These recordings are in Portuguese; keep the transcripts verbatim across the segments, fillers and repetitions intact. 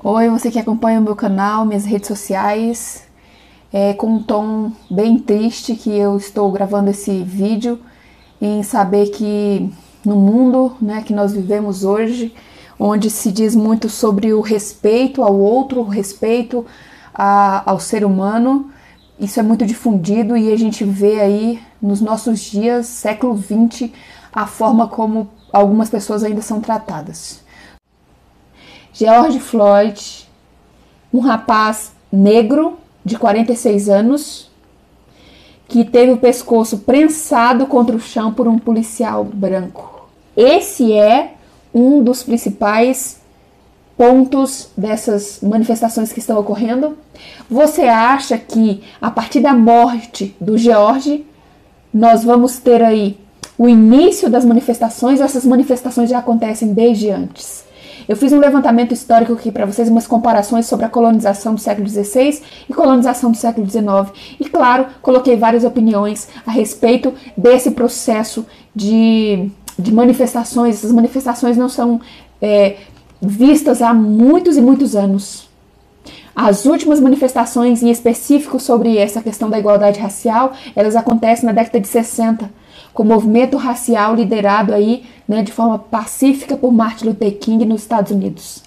Oi, você que acompanha o meu canal, minhas redes sociais, é, com um tom bem triste que eu estou gravando esse vídeo em saber que no mundo, né, que nós vivemos hoje, onde se diz muito sobre o respeito ao outro, o respeito a, ao ser humano, isso é muito difundido e a gente vê aí nos nossos dias, século vinte, a forma como algumas pessoas ainda são tratadas. George Floyd, um rapaz negro de quarenta e seis anos, que teve o pescoço prensado contra o chão por um policial branco. Esse é um dos principais pontos dessas manifestações que estão ocorrendo. Você acha que a partir da morte do George, nós vamos ter aí o início das manifestações, ou essas manifestações já acontecem desde antes? Eu fiz um levantamento histórico aqui para vocês, umas comparações sobre a colonização do século dezesseis e colonização do século dezenove. E claro, coloquei várias opiniões a respeito desse processo de, de manifestações. Essas manifestações não são é, vistas há muitos e muitos anos. As últimas manifestações em específico sobre essa questão da igualdade racial, elas acontecem na década de sessenta, com o movimento racial liderado aí, né, de forma pacífica por Martin Luther King nos Estados Unidos.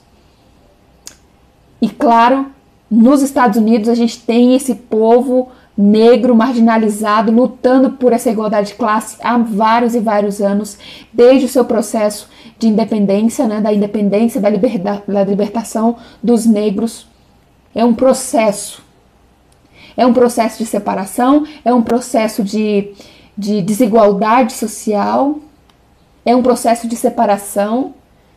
E claro, nos Estados Unidos a gente tem esse povo negro marginalizado lutando por essa igualdade de classe há vários e vários anos, desde o seu processo de independência, né, da independência, da, liberda, da libertação dos negros. É um processo, é um processo de separação, é um processo de de desigualdade social, é um processo de separação.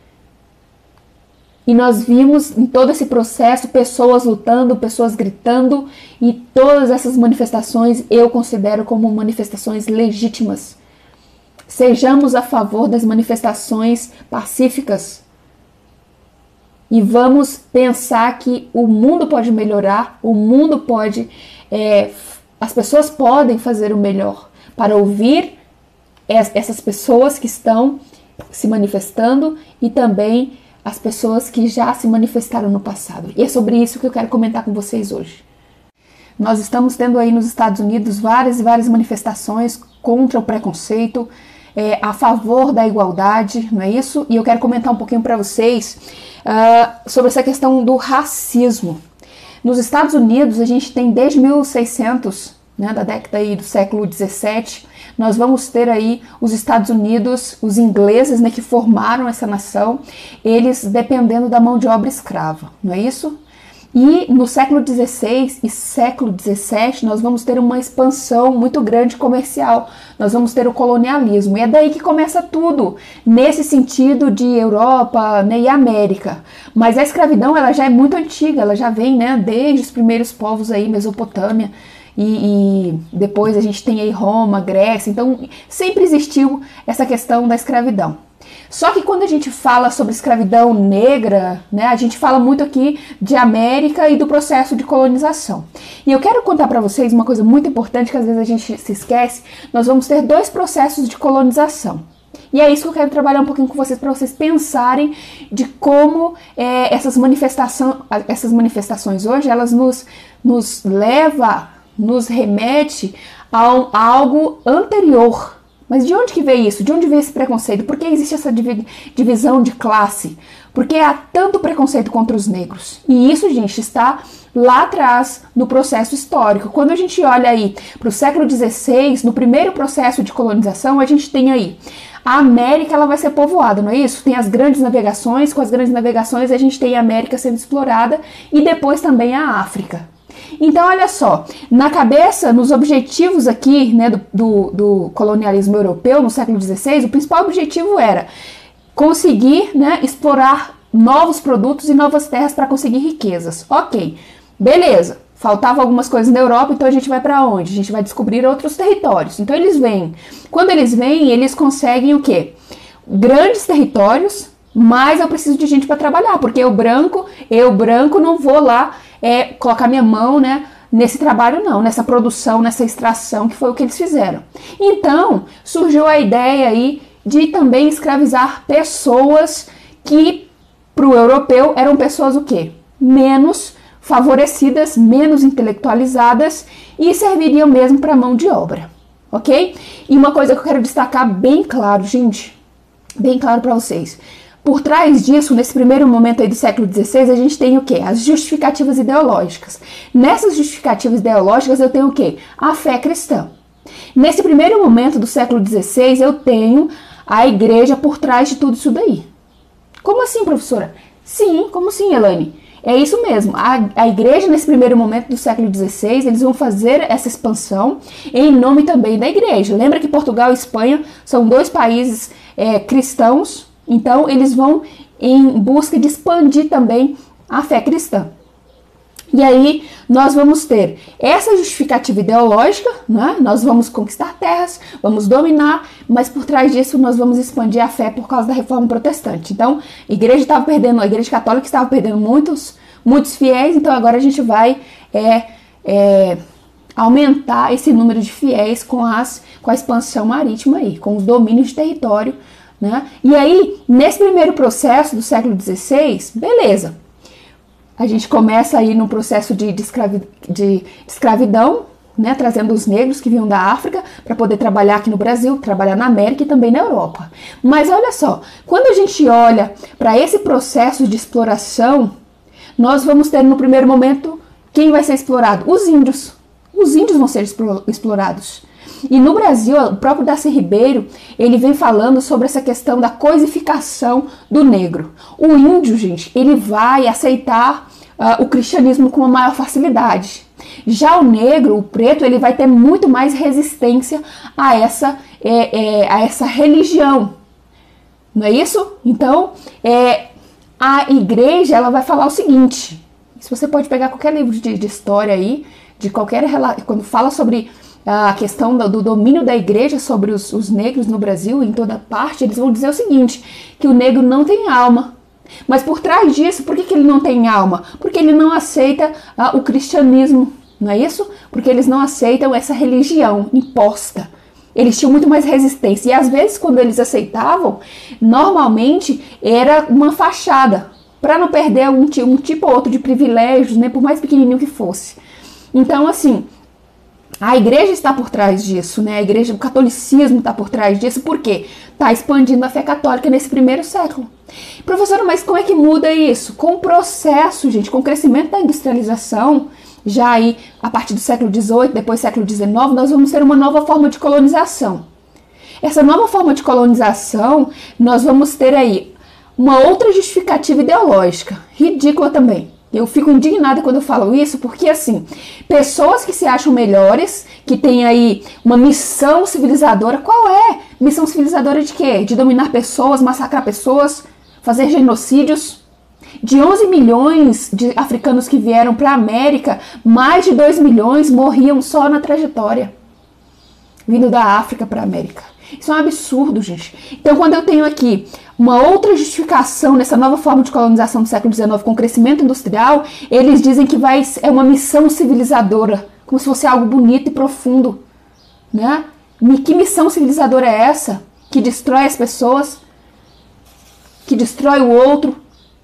E nós vimos em todo esse processo pessoas lutando, pessoas gritando, e todas essas manifestações eu considero como manifestações legítimas. Sejamos a favor das manifestações pacíficas e vamos pensar que o mundo pode melhorar, o mundo pode, é, as pessoas podem fazer o melhor para ouvir essas pessoas que estão se manifestando e também as pessoas que já se manifestaram no passado. E é sobre isso que eu quero comentar com vocês hoje. Nós estamos tendo aí nos Estados Unidos várias e várias manifestações contra o preconceito, é, a favor da igualdade, não é isso? E eu quero comentar um pouquinho para vocês uh, sobre essa questão do racismo. Nos Estados Unidos, a gente tem desde mil e seiscentos, né, da década aí do século dezessete, nós vamos ter aí os Estados Unidos, os ingleses, né, que formaram essa nação, eles dependendo da mão de obra escrava, não é isso? E no século dezesseis e século dezessete nós vamos ter uma expansão muito grande comercial, nós vamos ter o colonialismo, e é daí que começa tudo, nesse sentido de Europa, né, e América. Mas a escravidão ela já é muito antiga, ela já vem, né, desde os primeiros povos aí, Mesopotâmia, E, e depois a gente tem aí Roma, Grécia, então sempre existiu essa questão da escravidão. Só que quando a gente fala sobre escravidão negra, né, a gente fala muito aqui de América e do processo de colonização. E eu quero contar para vocês uma coisa muito importante que às vezes a gente se esquece, nós vamos ter dois processos de colonização. E é isso que eu quero trabalhar um pouquinho com vocês, para vocês pensarem de como é, essas, manifestação, essas manifestações hoje, elas nos, nos levam, nos remete a, um, a algo anterior. Mas de onde que veio isso? De onde veio esse preconceito? Por que existe essa divisão de classe? Por que há tanto preconceito contra os negros? E isso, gente, está lá atrás no processo histórico. Quando a gente olha aí para o século dezesseis, no primeiro processo de colonização, a gente tem aí a América, ela vai ser povoada, não é isso? Tem as grandes navegações, com as grandes navegações a gente tem a América sendo explorada e depois também a África. Então, olha só, na cabeça, nos objetivos aqui, né, do, do, do colonialismo europeu no século dezesseis, o principal objetivo era conseguir, né, explorar novos produtos e novas terras para conseguir riquezas. Ok, beleza, faltava algumas coisas na Europa, então a gente vai para onde? A gente vai descobrir outros territórios. Então eles vêm, quando eles vêm, eles conseguem o quê? Grandes territórios, mas eu preciso de gente para trabalhar, porque eu branco, eu branco não vou lá é, colocar minha mão, né, nesse trabalho não, nessa produção, nessa extração, que foi o que eles fizeram. Então, surgiu a ideia aí de também escravizar pessoas que, para o europeu, eram pessoas o quê? menos favorecidas, menos intelectualizadas e serviriam mesmo para mão de obra, ok? E uma coisa que eu quero destacar bem claro, gente, bem claro para vocês. Por trás disso, nesse primeiro momento aí do século dezesseis, a gente tem o quê? As justificativas ideológicas. Nessas justificativas ideológicas eu tenho o quê? A fé cristã. Nesse primeiro momento do século dezesseis, eu tenho a igreja por trás de tudo isso daí. Como assim, professora? Sim, como assim, Elaine? É isso mesmo, a, a igreja nesse primeiro momento do século dezesseis, eles vão fazer essa expansão em nome também da igreja. Lembra que Portugal e Espanha são dois países é, cristãos, então eles vão em busca de expandir também a fé cristã. E aí nós vamos ter essa justificativa ideológica, né? Nós vamos conquistar terras, vamos dominar, mas por trás disso nós vamos expandir a fé por causa da reforma protestante. Então a igreja estava perdendo, a igreja católica estava perdendo muitos, muitos fiéis, então agora a gente vai é, é, aumentar esse número de fiéis com, as, com a expansão marítima aí, com os domínios de território, né? E aí, nesse primeiro processo do século dezesseis, beleza. A gente começa aí no processo de, de, escravi, de escravidão, né, trazendo os negros que vinham da África para poder trabalhar aqui no Brasil, trabalhar na América e também na Europa. Mas olha só, quando a gente olha para esse processo de exploração, nós vamos ter no primeiro momento quem vai ser explorado? Os índios. Os índios vão ser explorados. E no Brasil, o próprio Darcy Ribeiro, ele vem falando sobre essa questão da coisificação do negro. O índio, gente, ele vai aceitar uh, o cristianismo com uma maior facilidade. Já o negro, o preto, ele vai ter muito mais resistência a essa, é, é, a essa religião. Não é isso? Então, é, a igreja, ela vai falar o seguinte, se você pode pegar qualquer livro de, de história aí, de qualquer, quando fala sobre a questão do, do domínio da igreja sobre os, os negros no Brasil, em toda parte, eles vão dizer o seguinte, que o negro não tem alma. Mas por trás disso, por que, que ele não tem alma? Porque ele não aceita ah, o cristianismo, não é isso? Porque eles não aceitam essa religião imposta. Eles tinham muito mais resistência. E às vezes, quando eles aceitavam, normalmente era uma fachada, para não perder um, um tipo ou outro de privilégios, né, por mais pequenininho que fosse. Então, assim, a igreja está por trás disso, né? A igreja, o catolicismo está por trás disso, por quê? Está expandindo a fé católica nesse primeiro século. Professora, mas como é que muda isso? Com o processo, gente, com o crescimento da industrialização, já aí a partir do século dezoito, depois do século dezenove, nós vamos ter uma nova forma de colonização. Essa nova forma de colonização, nós vamos ter aí uma outra justificativa ideológica, ridícula também. Eu fico indignada quando eu falo isso, porque assim, pessoas que se acham melhores, que têm aí uma missão civilizadora, qual é? Missão civilizadora de quê? De dominar pessoas, massacrar pessoas, fazer genocídios. De onze milhões de africanos que vieram para a América, mais de dois milhões morriam só na trajetória, vindo da África para a América. Isso é um absurdo, gente. Então, quando eu tenho aqui uma outra justificação nessa nova forma de colonização do século dezenove com o crescimento industrial, eles dizem que vai, é uma missão civilizadora, como se fosse algo bonito e profundo, né? Que missão civilizadora é essa? Que destrói as pessoas, que destrói o outro,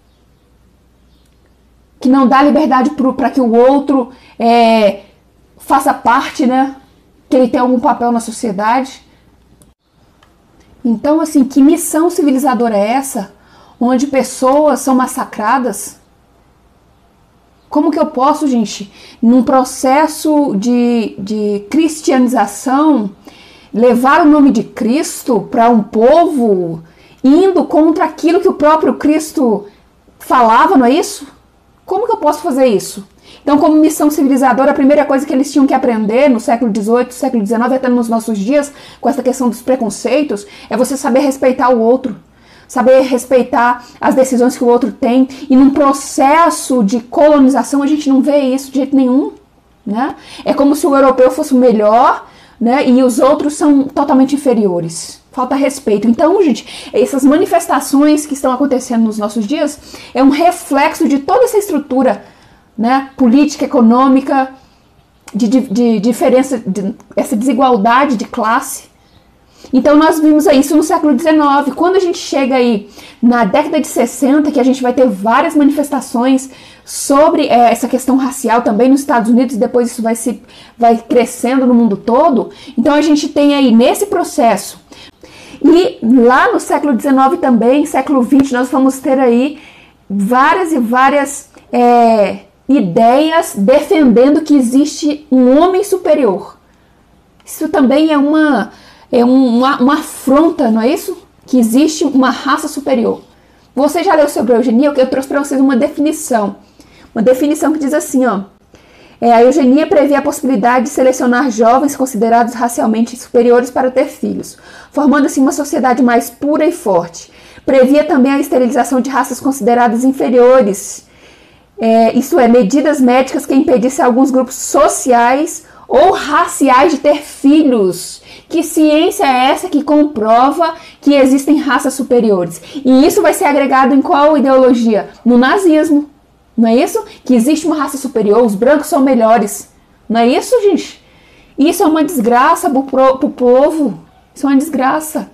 que não dá liberdade para que o outro é, faça parte, né? Que ele tenha algum papel na sociedade. Então, assim, que missão civilizadora é essa? Onde pessoas são massacradas? Como que eu posso, gente, num processo de, de cristianização, levar o nome de Cristo para um povo, indo contra aquilo que o próprio Cristo falava, não é isso? Como que eu posso fazer isso? Então, como missão civilizadora, a primeira coisa que eles tinham que aprender no século dezoito, século dezenove, até nos nossos dias, com essa questão dos preconceitos, é você saber respeitar o outro, saber respeitar as decisões que o outro tem. E num processo de colonização, a gente não vê isso de jeito nenhum, né? É como se o europeu fosse o melhor, né? E os outros são totalmente inferiores. Falta respeito. Então, gente, essas manifestações que estão acontecendo nos nossos dias é um reflexo de toda essa estrutura, né, política, econômica, de, de, de diferença, de, essa desigualdade de classe. Então nós vimos isso no século dezenove. Quando a gente chega aí na década de sessenta, que a gente vai ter várias manifestações sobre é, essa questão racial também nos Estados Unidos, e depois isso vai, se, vai crescendo no mundo todo. Então a gente tem aí nesse processo. E lá no século dezenove também, século vinte, nós vamos ter aí várias e várias é, ideias defendendo que existe um homem superior. Isso também é uma... É uma, uma afronta, não é isso? Que existe uma raça superior. Você já leu sobre a eugenia? Eu trouxe para vocês uma definição. Uma definição que diz assim, ó. É, a eugenia prevê a possibilidade de selecionar jovens considerados racialmente superiores para ter filhos, formando assim uma sociedade mais pura e forte. Previa também a esterilização de raças consideradas inferiores. É, isso é, medidas médicas que impedissem alguns grupos sociais ou raciais de ter filhos. Que ciência é essa que comprova que existem raças superiores? E isso vai ser agregado em qual ideologia? No nazismo. Não é isso? Que existe uma raça superior, os brancos são melhores. Não é isso, gente? Isso é uma desgraça para o povo. Isso é uma desgraça.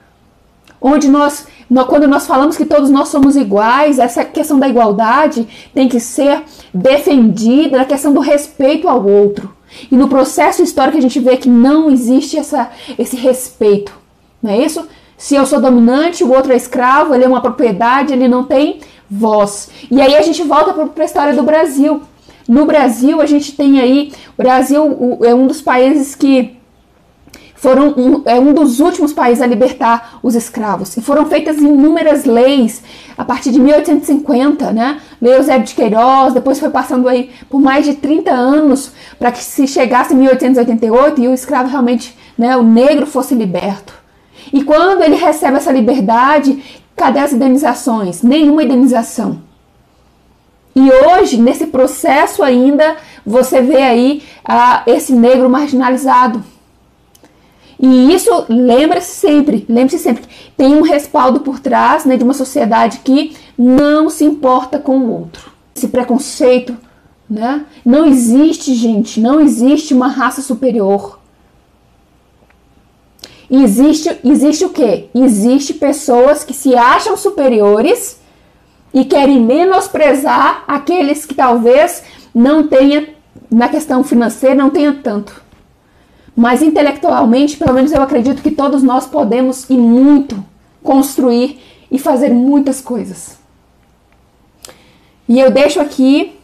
Onde nós, quando nós falamos que todos nós somos iguais, essa questão da igualdade tem que ser defendida, a questão do respeito ao outro. E no processo histórico a gente vê que não existe essa, esse respeito, não é isso? Se eu sou dominante, o outro é escravo, ele é uma propriedade, ele não tem voz. E aí a gente volta para a história do Brasil. No Brasil a gente tem aí, o Brasil é um dos países que foram um, é um dos últimos países a libertar os escravos. E foram feitas inúmeras leis a partir de mil oitocentos e cinquenta, né? Lei Eusébio de Queiroz, depois foi passando aí por mais de trinta anos para que se chegasse em mil oitocentos e oitenta e oito e o escravo realmente, né, o negro fosse liberto. E quando ele recebe essa liberdade, cadê as indenizações? Nenhuma indenização. E hoje, nesse processo ainda, você vê aí ah, esse negro marginalizado. E isso, lembre-se sempre, lembre-se sempre, tem um respaldo por trás, né, de uma sociedade que não se importa com o outro. Esse preconceito, né? Não existe, gente, não existe uma raça superior. Existe, existe o quê? Existe pessoas que se acham superiores e querem menosprezar aqueles que talvez não tenham, na questão financeira, não tenha tanto. Mas intelectualmente, pelo menos eu acredito que todos nós podemos e muito construir e fazer muitas coisas. E eu deixo aqui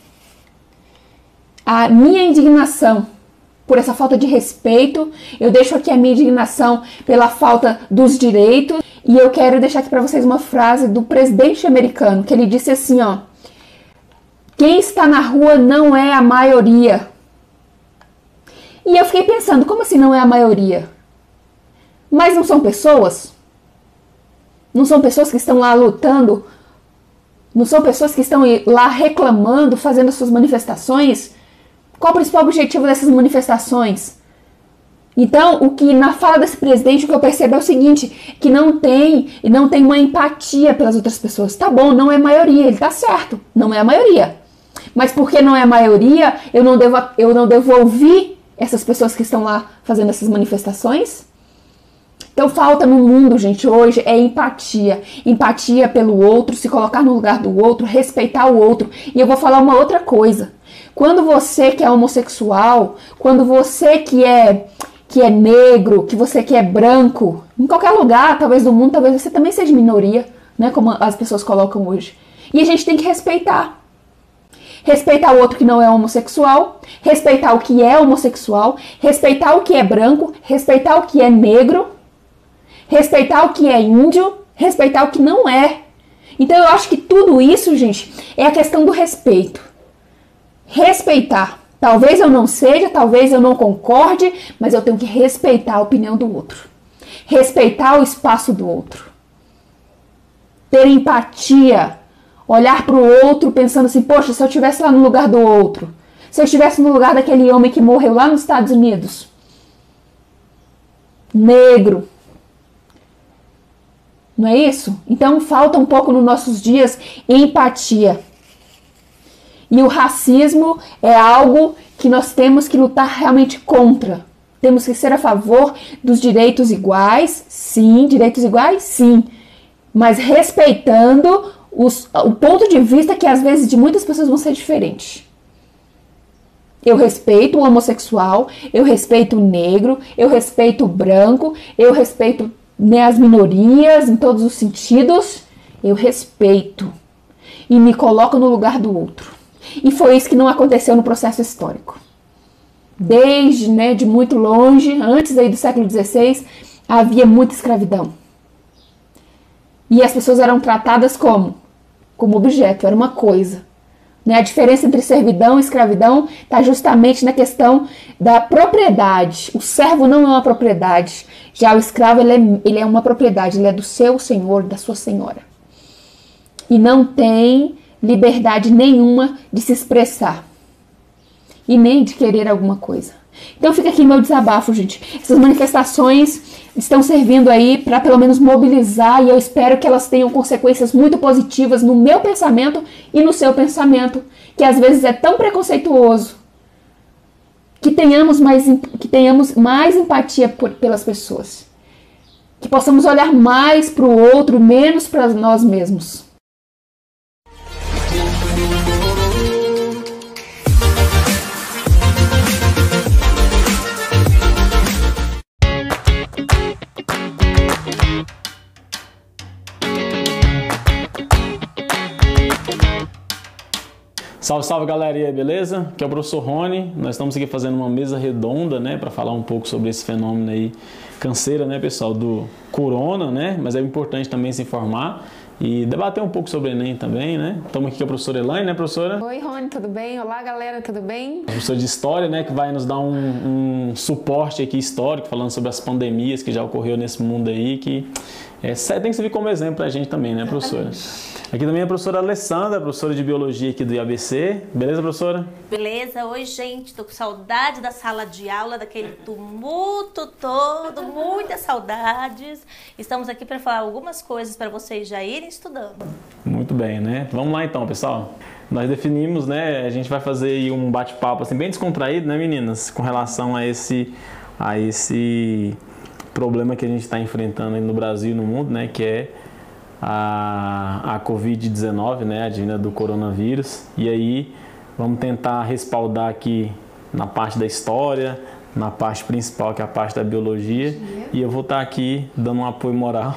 a minha indignação por essa falta de respeito, eu deixo aqui a minha indignação pela falta dos direitos, e eu quero deixar aqui para vocês uma frase do presidente americano, que ele disse assim, ó: quem está na rua não é a maioria. E eu fiquei pensando, como assim não é a maioria? Mas não são pessoas? Não são pessoas que estão lá lutando? Não são pessoas que estão lá reclamando, fazendo suas manifestações? Qual o principal objetivo dessas manifestações? Então, o que na fala desse presidente, o que eu percebo é o seguinte, que não tem, não tem uma empatia pelas outras pessoas. Tá bom, não é a maioria, ele tá certo, não é a maioria. Mas porque não é a maioria, eu não devo, eu não devo ouvir essas pessoas que estão lá fazendo essas manifestações? Então falta no mundo, gente, hoje é empatia. Empatia pelo outro, se colocar no lugar do outro, respeitar o outro. E eu vou falar uma outra coisa. Quando você que é homossexual, quando você que é, que é negro, que você que é branco, em qualquer lugar, talvez do mundo, talvez você também seja minoria, né, como as pessoas colocam hoje. E a gente tem que respeitar. Respeitar o outro que não é homossexual, respeitar o que é homossexual, respeitar o que é branco, respeitar o que é negro, respeitar o que é índio, respeitar o que não é. Então eu acho que tudo isso, gente, é a questão do respeito. Respeitar. Talvez eu não seja, talvez eu não concorde, mas eu tenho que respeitar a opinião do outro. Respeitar o espaço do outro. Ter empatia. Olhar para o outro pensando assim, poxa, se eu estivesse lá no lugar do outro, se eu estivesse no lugar daquele homem que morreu lá nos Estados Unidos, negro, não é isso? Então falta um pouco nos nossos dias empatia. E o racismo é algo que nós temos que lutar realmente contra. Temos que ser a favor dos direitos iguais, sim, direitos iguais, sim, mas respeitando os, o ponto de vista que às vezes de muitas pessoas vão ser diferentes. Eu respeito o homossexual, eu respeito o negro, eu respeito o branco, eu respeito, né, as minorias em todos os sentidos. Eu respeito e me coloco no lugar do outro. E foi isso que não aconteceu no processo histórico. Desde, né, de muito longe, antes aí do século dezesseis, havia muita escravidão. E as pessoas eram tratadas como? Como objeto, era uma coisa. A diferença entre servidão e escravidão está justamente na questão da propriedade. O servo não é uma propriedade. Já o escravo ele é, ele é uma propriedade, ele é do seu senhor, da sua senhora. E não tem liberdade nenhuma de se expressar. E nem de querer alguma coisa. Então fica aqui meu desabafo, gente. Essas manifestações estão servindo aí para pelo menos mobilizar, e eu espero que elas tenham consequências muito positivas no meu pensamento e no seu pensamento, que às vezes é tão preconceituoso. Que tenhamos mais, que tenhamos mais empatia por, pelas pessoas. Que possamos olhar mais para o outro, menos para nós mesmos. Salve, salve galera, e aí, beleza? Aqui é o professor Rony, nós estamos aqui fazendo uma mesa redonda, né, para falar um pouco sobre esse fenômeno aí, canseira, né, pessoal, do corona, né, mas é importante também se informar e debater um pouco sobre o Enem também, né. Estamos aqui com a professora Elaine, né, professora? Oi, Rony, tudo bem? Olá, galera, tudo bem? A professora de História, né, que vai nos dar um, um suporte aqui histórico, falando sobre as pandemias que já ocorreu nesse mundo aí, que é, tem que servir como exemplo pra gente também, né, professora? Aqui também é a professora Alessandra, professora de Biologia aqui do I A B C. Beleza, professora? Beleza. Oi, gente. Tô com saudade da sala de aula, daquele tumulto todo, muitas saudades. Estamos aqui para falar algumas coisas para vocês já irem estudando. Muito bem, né? Vamos lá então, pessoal. Nós definimos, né? A gente vai fazer aí um bate-papo assim, bem descontraído, né, meninas? Com relação a esse, a esse problema que a gente está enfrentando aí no Brasil e no mundo, né? Que é a, a covid dezenove, né, a vinda do coronavírus. E aí vamos tentar respaldar aqui na parte da história, na parte principal, que é a parte da biologia. E eu vou estar aqui dando um apoio moral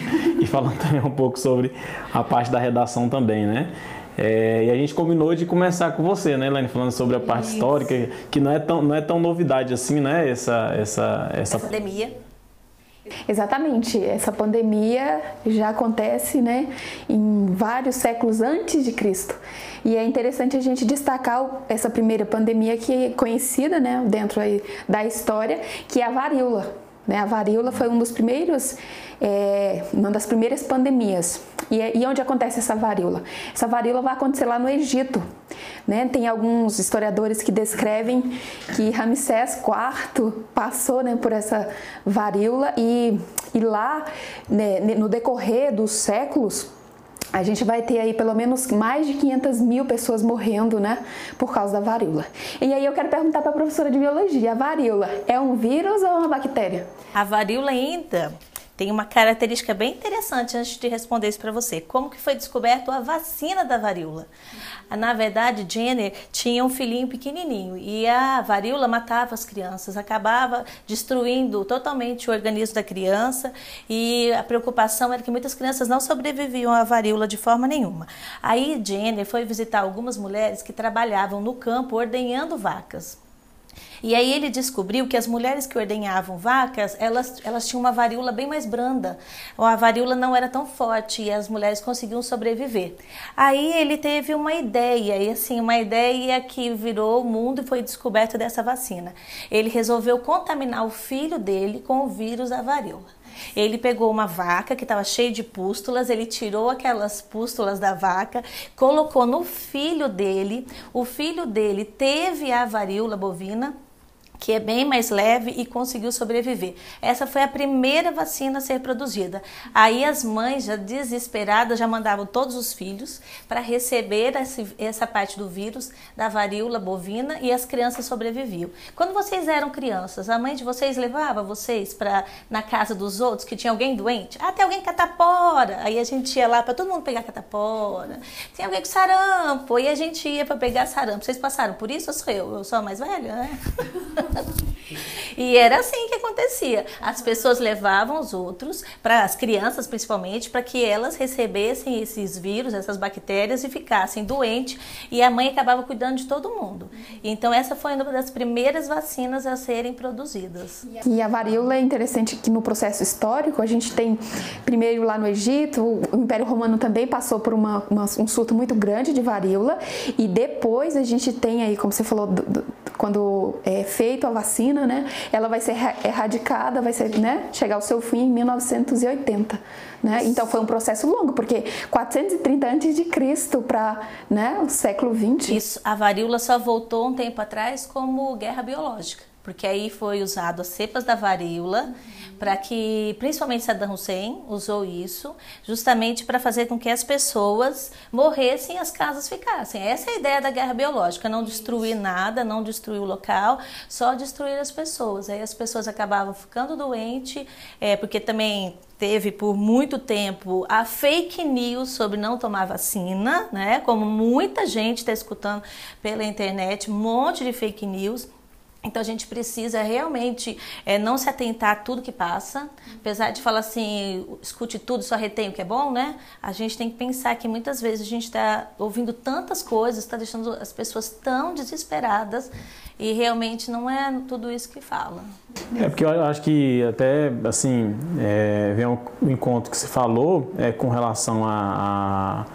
e falando também um pouco sobre a parte da redação também, né? É, e a gente combinou de começar com você, né, Elaine, falando sobre a parte Isso. histórica, que não é tão, não é tão novidade assim, né, essa, essa, essa... essa pandemia. Exatamente, essa pandemia já acontece, né, em vários séculos antes de Cristo. E é interessante a gente destacar essa primeira pandemia que é conhecida, né, dentro aí da história, que é a varíola. Né? A varíola foi um dos primeiros, é, uma das primeiras pandemias. E, e onde acontece essa varíola? Essa varíola vai acontecer lá no Egito. Né? Tem alguns historiadores que descrevem que Ramsés quarto passou, né, por essa varíola e, e lá, né, no decorrer dos séculos, a gente vai ter aí pelo menos mais de quinhentas mil pessoas morrendo, né, por causa da varíola. E aí eu quero perguntar para a professora de biologia, a varíola é um vírus ou uma bactéria? A varíola ainda tem uma característica bem interessante antes de responder isso para você. Como que foi descoberto a vacina da varíola? Na verdade, Jenner tinha um filhinho pequenininho e a varíola matava as crianças, acabava destruindo totalmente o organismo da criança e a preocupação era que muitas crianças não sobreviviam à varíola de forma nenhuma. Aí Jenner foi visitar algumas mulheres que trabalhavam no campo ordenhando vacas. E aí ele descobriu que as mulheres que ordenhavam vacas, elas, elas tinham uma varíola bem mais branda. A varíola não era tão forte e as mulheres conseguiam sobreviver. Aí ele teve uma ideia, e assim, uma ideia que virou o mundo e foi descoberta dessa vacina. Ele resolveu contaminar o filho dele com o vírus da varíola. Ele pegou uma vaca que estava cheia de pústulas, ele tirou aquelas pústulas da vaca, colocou no filho dele, o filho dele teve a varíola bovina, que é bem mais leve e conseguiu sobreviver. Essa foi a primeira vacina a ser produzida. Aí as mães, já desesperadas, já mandavam todos os filhos para receber esse, essa parte do vírus da varíola bovina e as crianças sobreviviam. Quando vocês eram crianças, a mãe de vocês levava vocês para na casa dos outros que tinha alguém doente? Ah, tem alguém com catapora. Aí a gente ia lá para todo mundo pegar catapora. Tem alguém com sarampo. E a gente ia para pegar sarampo. Vocês passaram por isso ou sou eu? Eu sou a mais velha, né? E era assim que acontecia. As pessoas levavam os outros, para as crianças principalmente, para que elas recebessem esses vírus, essas bactérias e ficassem doentes. E a mãe acabava cuidando de todo mundo. Então essa foi uma das primeiras vacinas a serem produzidas. E a varíola é interessante que no processo histórico a gente tem, primeiro lá no Egito, o Império Romano também passou por uma, uma, um surto muito grande de varíola. E depois a gente tem aí, como você falou, do, do, quando é feita a vacina, né, ela vai ser erradicada, vai ser, né, chegar ao seu fim em mil novecentos e oitenta. Né? Então foi um processo longo, porque quatrocentos e trinta antes de Cristo para, né, o século vinte. Isso, a varíola só voltou um tempo atrás como guerra biológica, porque aí foi usado as cepas da varíola para que, principalmente Saddam Hussein usou isso, justamente para fazer com que as pessoas morressem e as casas ficassem. Essa é a ideia da guerra biológica, não destruir nada, não destruir o local, só destruir as pessoas. Aí as pessoas acabavam ficando doentes, é, porque também teve por muito tempo a fake news sobre não tomar vacina, né? Como muita gente está escutando pela internet, um monte de fake news. Então a gente precisa realmente é, não se atentar a tudo que passa, apesar de falar assim, escute tudo, só retém o que é bom, né? A gente tem que pensar que muitas vezes a gente está ouvindo tantas coisas, está deixando as pessoas tão desesperadas e realmente não é tudo isso que fala. É porque eu acho que até assim, é, vem um encontro que você falou é, com relação a,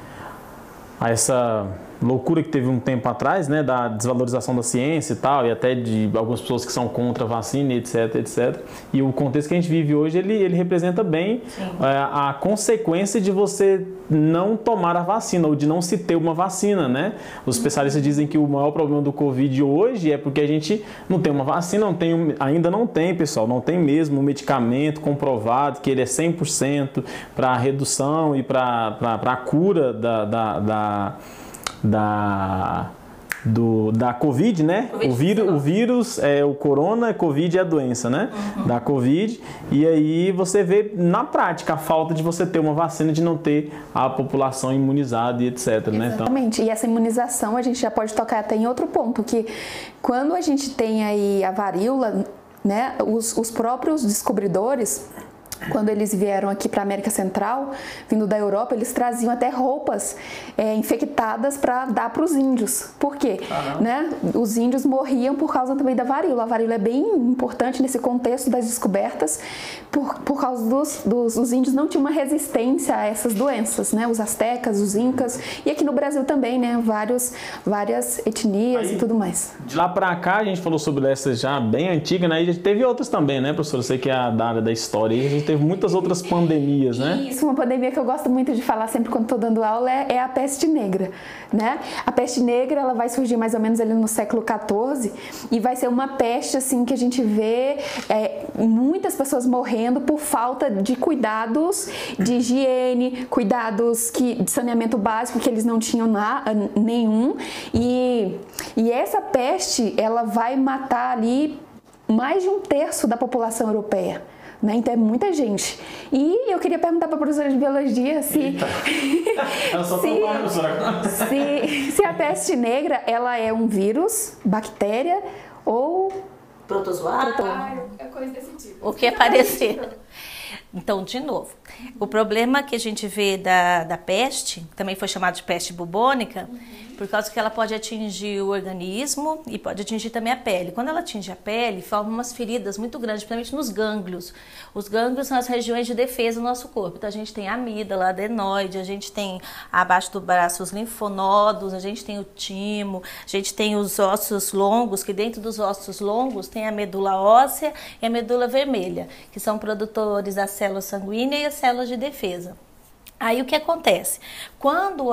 a, a essa loucura que teve um tempo atrás, né, da desvalorização da ciência e tal, e até de algumas pessoas que são contra a vacina, etc, etcétera. E o contexto que a gente vive hoje, ele, ele representa bem é, a consequência de você não tomar a vacina, ou de não se ter uma vacina, né? Os especialistas dizem que o maior problema do Covid hoje é porque a gente não tem uma vacina, não tem, ainda não tem, pessoal, não tem mesmo um medicamento comprovado, que ele é cem por cento para a redução e para a cura da... da, da Da, do, da Covid, né? COVID, o, vírus, o vírus é o corona, a Covid é a doença, né? Uhum. Da Covid. E aí você vê na prática a falta de você ter uma vacina, de não ter a população imunizada e etcétera. Né? Exatamente. Então... E essa imunização a gente já pode tocar até em outro ponto, que quando a gente tem aí a varíola, né? Os, os próprios descobridores, quando eles vieram aqui para a América Central, vindo da Europa, eles traziam até roupas é, infectadas para dar para os índios. Por quê? Né? Os índios morriam por causa também da varíola. A varíola é bem importante nesse contexto das descobertas, por, por causa dos, dos os índios não tinham uma resistência a essas doenças, né? Os astecas, os incas, e aqui no Brasil também, né? Vários, várias etnias aí, e tudo mais. De lá para cá, a gente falou sobre essas já bem antigas, né? E teve outras também, né, professor? Eu sei que é a da área da história, e a gente teve muitas outras pandemias, né? Isso, uma pandemia que eu gosto muito de falar sempre quando estou dando aula é, é a peste negra, né? A peste negra, ela vai surgir mais ou menos ali no século quatorze e vai ser uma peste, assim, que a gente vê é, muitas pessoas morrendo por falta de cuidados de higiene, cuidados que, de saneamento básico que eles não tinham na, nenhum. E, e essa peste, ela vai matar ali mais de um terço da população europeia. Né? Então é muita gente. E eu queria perguntar para a professora de biologia se, se, se, se a peste negra ela é um vírus, bactéria ou protozoário, é coisa desse tipo. O que é parecido. Então, de novo, o problema que a gente vê da, da peste, também foi chamado de peste bubônica, uhum. por causa que ela pode atingir o organismo e pode atingir também a pele. Quando ela atinge a pele, forma umas feridas muito grandes, principalmente nos gânglios. Os gânglios são as regiões de defesa do nosso corpo. Então, a gente tem a amígdala, a adenoide, a gente tem abaixo do braço os linfonodos, a gente tem o timo, a gente tem os ossos longos, que dentro dos ossos longos tem a medula óssea e a medula vermelha, que são produtores da célula sanguínea e as células de defesa. Aí o que acontece? Quando as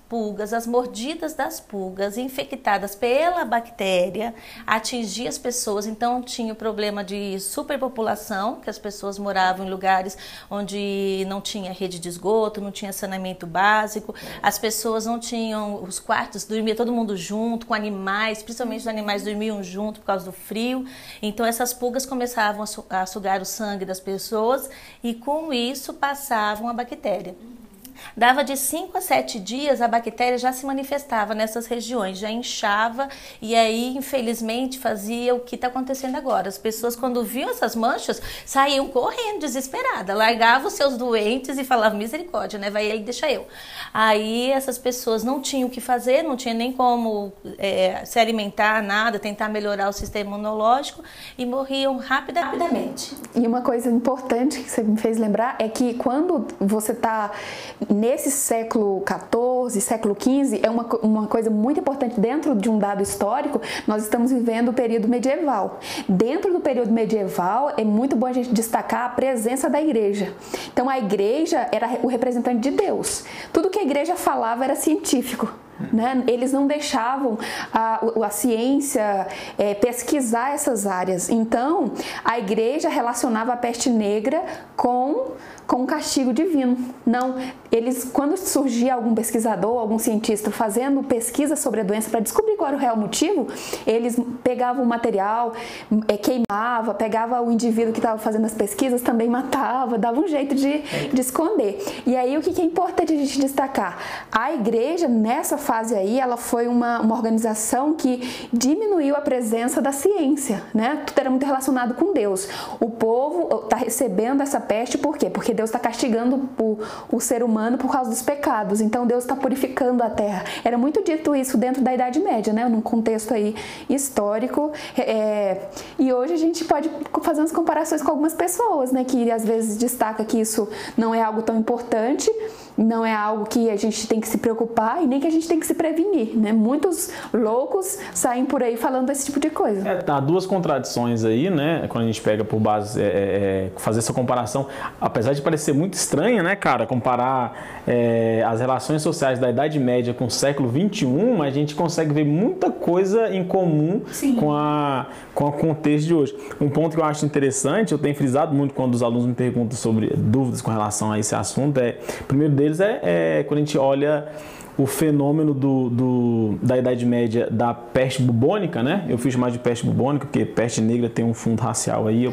pulgas, as mordidas das pulgas infectadas pela bactéria atingia as pessoas, então tinha o problema de superpopulação, que as pessoas moravam em lugares onde não tinha rede de esgoto, não tinha saneamento básico, as pessoas não tinham os quartos, dormia todo mundo junto, com animais, principalmente os animais dormiam junto por causa do frio, então essas pulgas começavam a sugar o sangue das pessoas e com isso passavam a bactéria. Dava de cinco a sete dias, a bactéria já se manifestava nessas regiões, já inchava e aí, infelizmente, fazia o que está acontecendo agora. As pessoas, quando viam essas manchas, saíam correndo, desesperadas, largavam os seus doentes e falavam, misericórdia, né? Vai aí, deixa eu. Aí, essas pessoas não tinham o que fazer, não tinha nem como é, se alimentar, nada, tentar melhorar o sistema imunológico e morriam rapida, rapidamente. E uma coisa importante que você me fez lembrar é que quando você está nesse século quatorze, século quinze, é uma, uma coisa muito importante dentro de um dado histórico, nós estamos vivendo o período medieval. Dentro do período medieval, é muito bom a gente destacar a presença da igreja. Então, a igreja era o representante de Deus. Tudo que a igreja falava era científico. Né? Eles não deixavam a, a ciência é, pesquisar essas áreas. Então, a igreja relacionava a peste negra com, com um castigo divino. Não, eles, quando surgia algum pesquisador, algum cientista fazendo pesquisa sobre a doença para descobrir qual era o real motivo, eles pegavam o material, é, queimava, pegava o indivíduo que estava fazendo as pesquisas, também matava, dava um jeito de, de esconder. E aí, o que é importante a gente destacar? A igreja, nessa fase aí, ela foi uma, uma organização que diminuiu a presença da ciência, né? Tudo era muito relacionado com Deus. O povo está recebendo essa peste por quê? Porque Deus está castigando o, o ser humano por causa dos pecados. Então Deus está purificando a terra. Era muito dito isso dentro da Idade Média, né? Num contexto aí histórico. É, e hoje a gente pode fazer umas comparações com algumas pessoas, né? Que às vezes destaca que isso não é algo tão importante, não é algo que a gente tem que se preocupar e nem que a gente tem que se prevenir, né? Muitos loucos saem por aí falando desse tipo de coisa. É, tá, duas contradições aí, né? Quando a gente pega por base, é, é, fazer essa comparação, apesar de parecer muito estranha, né, cara, comparar é, as relações sociais da Idade Média com o século vinte e um, a gente consegue ver muita coisa em comum com, a, com o contexto de hoje. Um ponto que eu acho interessante, eu tenho frisado muito quando os alunos me perguntam sobre dúvidas com relação a esse assunto, é, primeiro deles é, é quando a gente olha o fenômeno do, do, da Idade Média da peste bubônica, né? Eu fiz mais de peste bubônica, porque peste negra tem um fundo racial aí. Eu...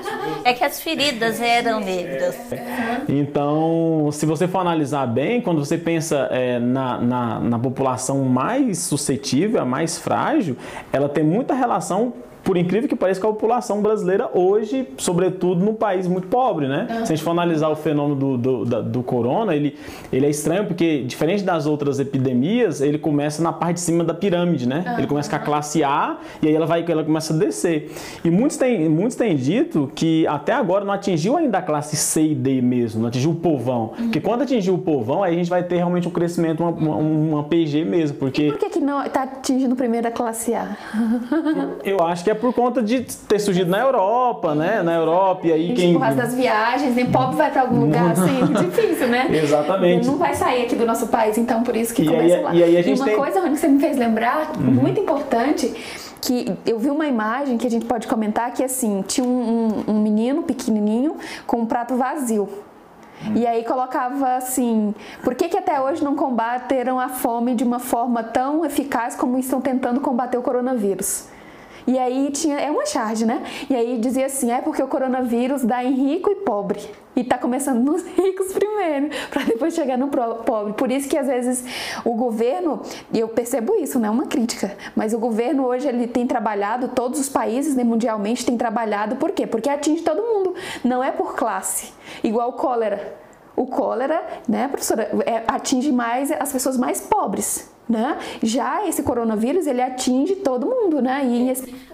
É que as feridas eram negras. Então, se você for analisar bem, quando você pensa é, na, na, na população mais suscetível, a mais frágil, ela tem muita relação, por incrível que pareça, com a população brasileira hoje, sobretudo num país muito pobre, né? Uhum. Se a gente for analisar o fenômeno do, do, do, do corona, ele, ele é estranho porque, diferente das outras epidemias, ele começa na parte de cima da pirâmide, né? Uhum. Ele começa com a classe A e aí ela, vai, ela começa a descer. E muitos têm, muitos têm dito que até agora não atingiu ainda a classe C e D mesmo, não atingiu o povão. Uhum. Porque quando atingir o povão, aí a gente vai ter realmente um crescimento, uma, uma, uma P G mesmo. Porque... E por que, que não está atingindo primeiro a classe A? Eu acho que é por conta de ter surgido na Europa, né? Na Europa, e aí quem... Por causa das viagens, nem pobre vai para algum lugar assim, difícil, né? Exatamente. Não vai sair aqui do nosso país, então por isso que e começa aí, lá. E, aí a gente e uma tem... coisa, Rony, que você me fez lembrar, uhum. muito importante, que eu vi uma imagem que a gente pode comentar, que assim, tinha um, um, um menino pequenininho com um prato vazio. E aí colocava assim, por que que até hoje não combateram a fome de uma forma tão eficaz como estão tentando combater o coronavírus? E aí tinha, é uma charge, né? E aí dizia assim, é porque o coronavírus dá em rico e pobre. E tá começando nos ricos primeiro, para depois chegar no pobre. Por isso que às vezes o governo, e eu percebo isso, não é uma crítica, mas o governo hoje ele tem trabalhado, todos os países, né, mundialmente têm trabalhado, por quê? Porque atinge todo mundo, não é por classe. Igual o cólera. O cólera, né, professora, é, atinge mais as pessoas mais pobres. Né? Já esse coronavírus, ele atinge todo mundo, né? E esse...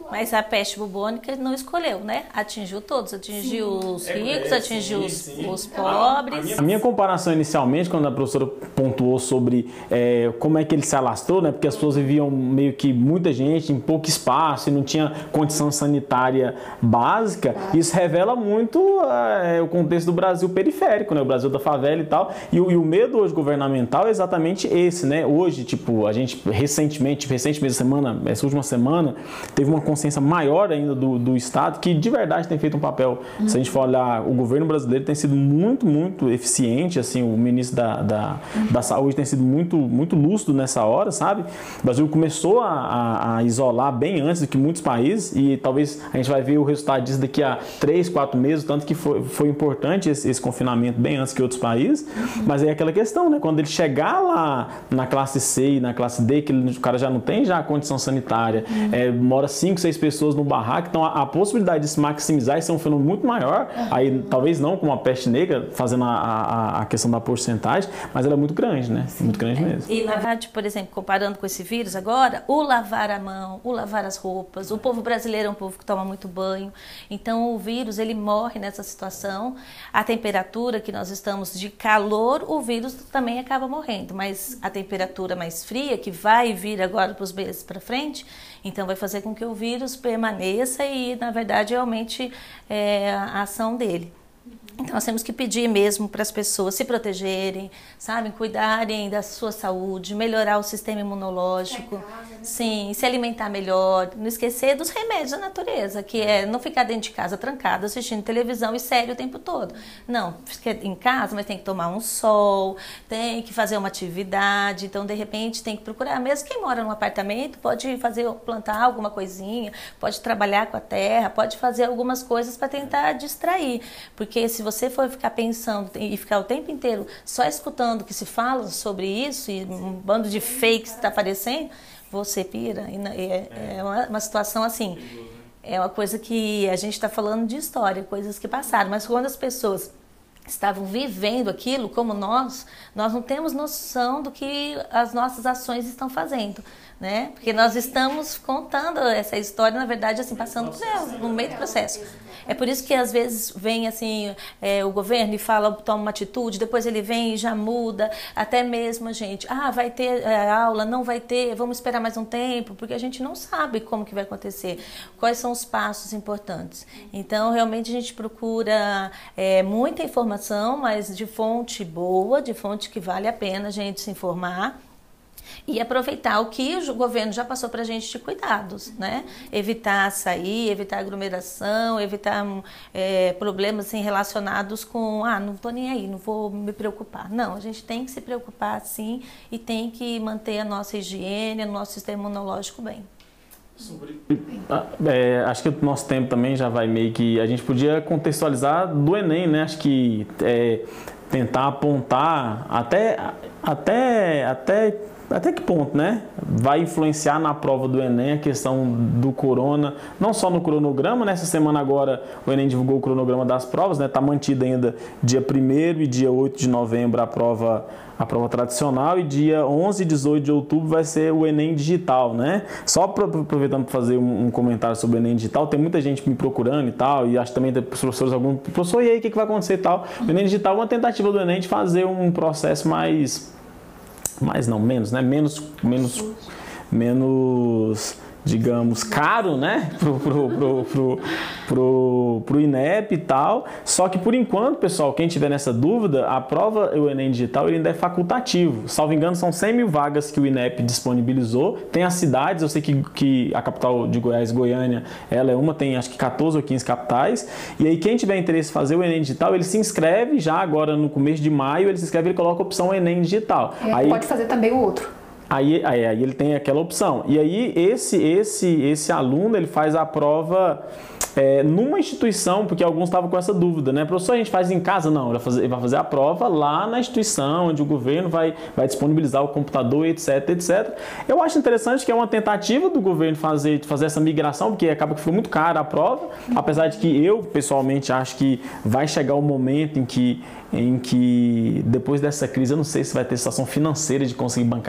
Mas a peste bubônica não escolheu, né? Atingiu todos, atingiu sim. os ricos, é, atingiu sim, sim. os pobres. A minha, a minha comparação inicialmente, quando a professora pontuou sobre é, como é que ele se alastrou, né? Porque as pessoas viviam meio que muita gente em pouco espaço e não tinha condição sanitária básica, isso revela muito é, o contexto do Brasil periférico, né? O Brasil da favela e tal. E, e o medo hoje governamental é exatamente esse, né? Hoje, tipo, a gente recentemente, recentemente, semana, essa última semana, teve uma consciência maior ainda do, do Estado, que de verdade tem feito um papel, uhum. se a gente for olhar, o governo brasileiro tem sido muito, muito eficiente, assim, o ministro da, da, uhum. da Saúde tem sido muito, muito lúcido nessa hora, sabe? O Brasil começou a, a, a isolar bem antes do que muitos países e talvez a gente vai ver o resultado disso daqui a três, quatro meses, tanto que foi, foi importante esse, esse confinamento bem antes que outros países, uhum. mas é aquela questão, né? Quando ele chegar lá na classe C e na classe D, que ele, o cara já não tem já a condição sanitária, uhum. é, mora cinco, seis pessoas no barraco, então a, a possibilidade de se maximizar isso é um fenômeno muito maior, uhum. aí talvez não como a peste negra, fazendo a, a, a questão da porcentagem, mas ela é muito grande, né? Sim. Muito grande mesmo. E na verdade, por exemplo, comparando com esse vírus agora, o lavar a mão, o lavar as roupas, o povo brasileiro é um povo que toma muito banho, então o vírus ele morre nessa situação, a temperatura que nós estamos de calor, o vírus também acaba morrendo, mas a temperatura mais fria, que vai vir agora para os meses para frente, então vai fazer com que o vírus permaneça e, na verdade, aumente é, a ação dele. Então, nós temos que pedir mesmo para as pessoas se protegerem, sabe? Cuidarem da sua saúde, melhorar o sistema imunológico, casa, né? Sim, se alimentar melhor, não esquecer dos remédios da natureza, que é não ficar dentro de casa trancado, assistindo televisão e sério o tempo todo. Não, fica em casa, mas tem que tomar um sol, tem que fazer uma atividade, então, de repente, tem que procurar. Mesmo quem mora num apartamento pode fazer, plantar alguma coisinha, pode trabalhar com a terra, pode fazer algumas coisas para tentar distrair, porque se você for ficar pensando e ficar o tempo inteiro só escutando o que se fala sobre isso e um bando de fakes que está aparecendo, você pira. É, é uma, uma situação assim, é uma coisa que a gente está falando de história, coisas que passaram, mas quando as pessoas estavam vivendo aquilo como nós, nós não temos noção do que as nossas ações estão fazendo, né? Porque nós estamos contando essa história, na verdade, assim, passando por ela, no meio do processo. É por isso que às vezes vem assim, é, o governo e fala, toma uma atitude, depois ele vem e já muda, até mesmo a gente, ah, vai ter é, aula, não vai ter, vamos esperar mais um tempo, porque a gente não sabe como que vai acontecer, quais são os passos importantes. Então, realmente a gente procura é, muita informação, mas de fonte boa, de fonte que vale a pena a gente se informar. E aproveitar o que o governo já passou para a gente de cuidados, né? Evitar sair, evitar aglomeração, evitar é, problemas assim, relacionados com, ah, não estou nem aí, não vou me preocupar. Não, a gente tem que se preocupar sim e tem que manter a nossa higiene, o nosso sistema imunológico bem. É, acho que o nosso tempo também já vai meio que... A gente podia contextualizar do Enem, né? Acho que é, tentar apontar até... até, até Até que ponto, né? Vai influenciar na prova do Enem a questão do corona, não só no cronograma, nessa semana agora o Enem divulgou o cronograma das provas, né? Tá mantido ainda dia primeiro e dia oito de novembro a prova, a prova tradicional e dia onze e dezoito de outubro vai ser o Enem digital, né? Só pra, aproveitando para fazer um, um comentário sobre o Enem digital, tem muita gente me procurando e tal, e acho que também tem professores, algum professor, e aí o que, que vai acontecer e tal? O Enem digital é uma tentativa do Enem de fazer um processo mais... mais não, menos, né? Menos, menos, menos, digamos, caro, né? Pro, pro, pro, pro, pro, pro INEP e tal. Só que, por enquanto, pessoal, quem tiver nessa dúvida, a prova, o Enem digital, ele ainda é facultativo. Salvo engano, são cem mil vagas que o INEP disponibilizou. Tem as cidades, eu sei que, que a capital de Goiás, Goiânia, ela é uma, tem acho que quatorze ou quinze capitais. E aí, quem tiver interesse em fazer o Enem digital, ele se inscreve já agora no começo de maio, ele se inscreve e ele coloca a opção Enem digital. É, aí, pode fazer também o outro. Aí, aí, aí ele tem aquela opção. E aí esse, esse, esse aluno ele faz a prova é, numa instituição, porque alguns estavam com essa dúvida, né? Professor, a gente faz em casa? Não, ele vai fazer, ele vai fazer a prova lá na instituição, onde o governo vai, vai disponibilizar o computador, etc, etcétera. Eu acho interessante que é uma tentativa do governo fazer, fazer essa migração, porque acaba que ficou muito cara a prova, apesar de que eu, pessoalmente, acho que vai chegar o momento em que em que depois dessa crise, eu não sei se vai ter situação financeira de conseguir bancar essa prova,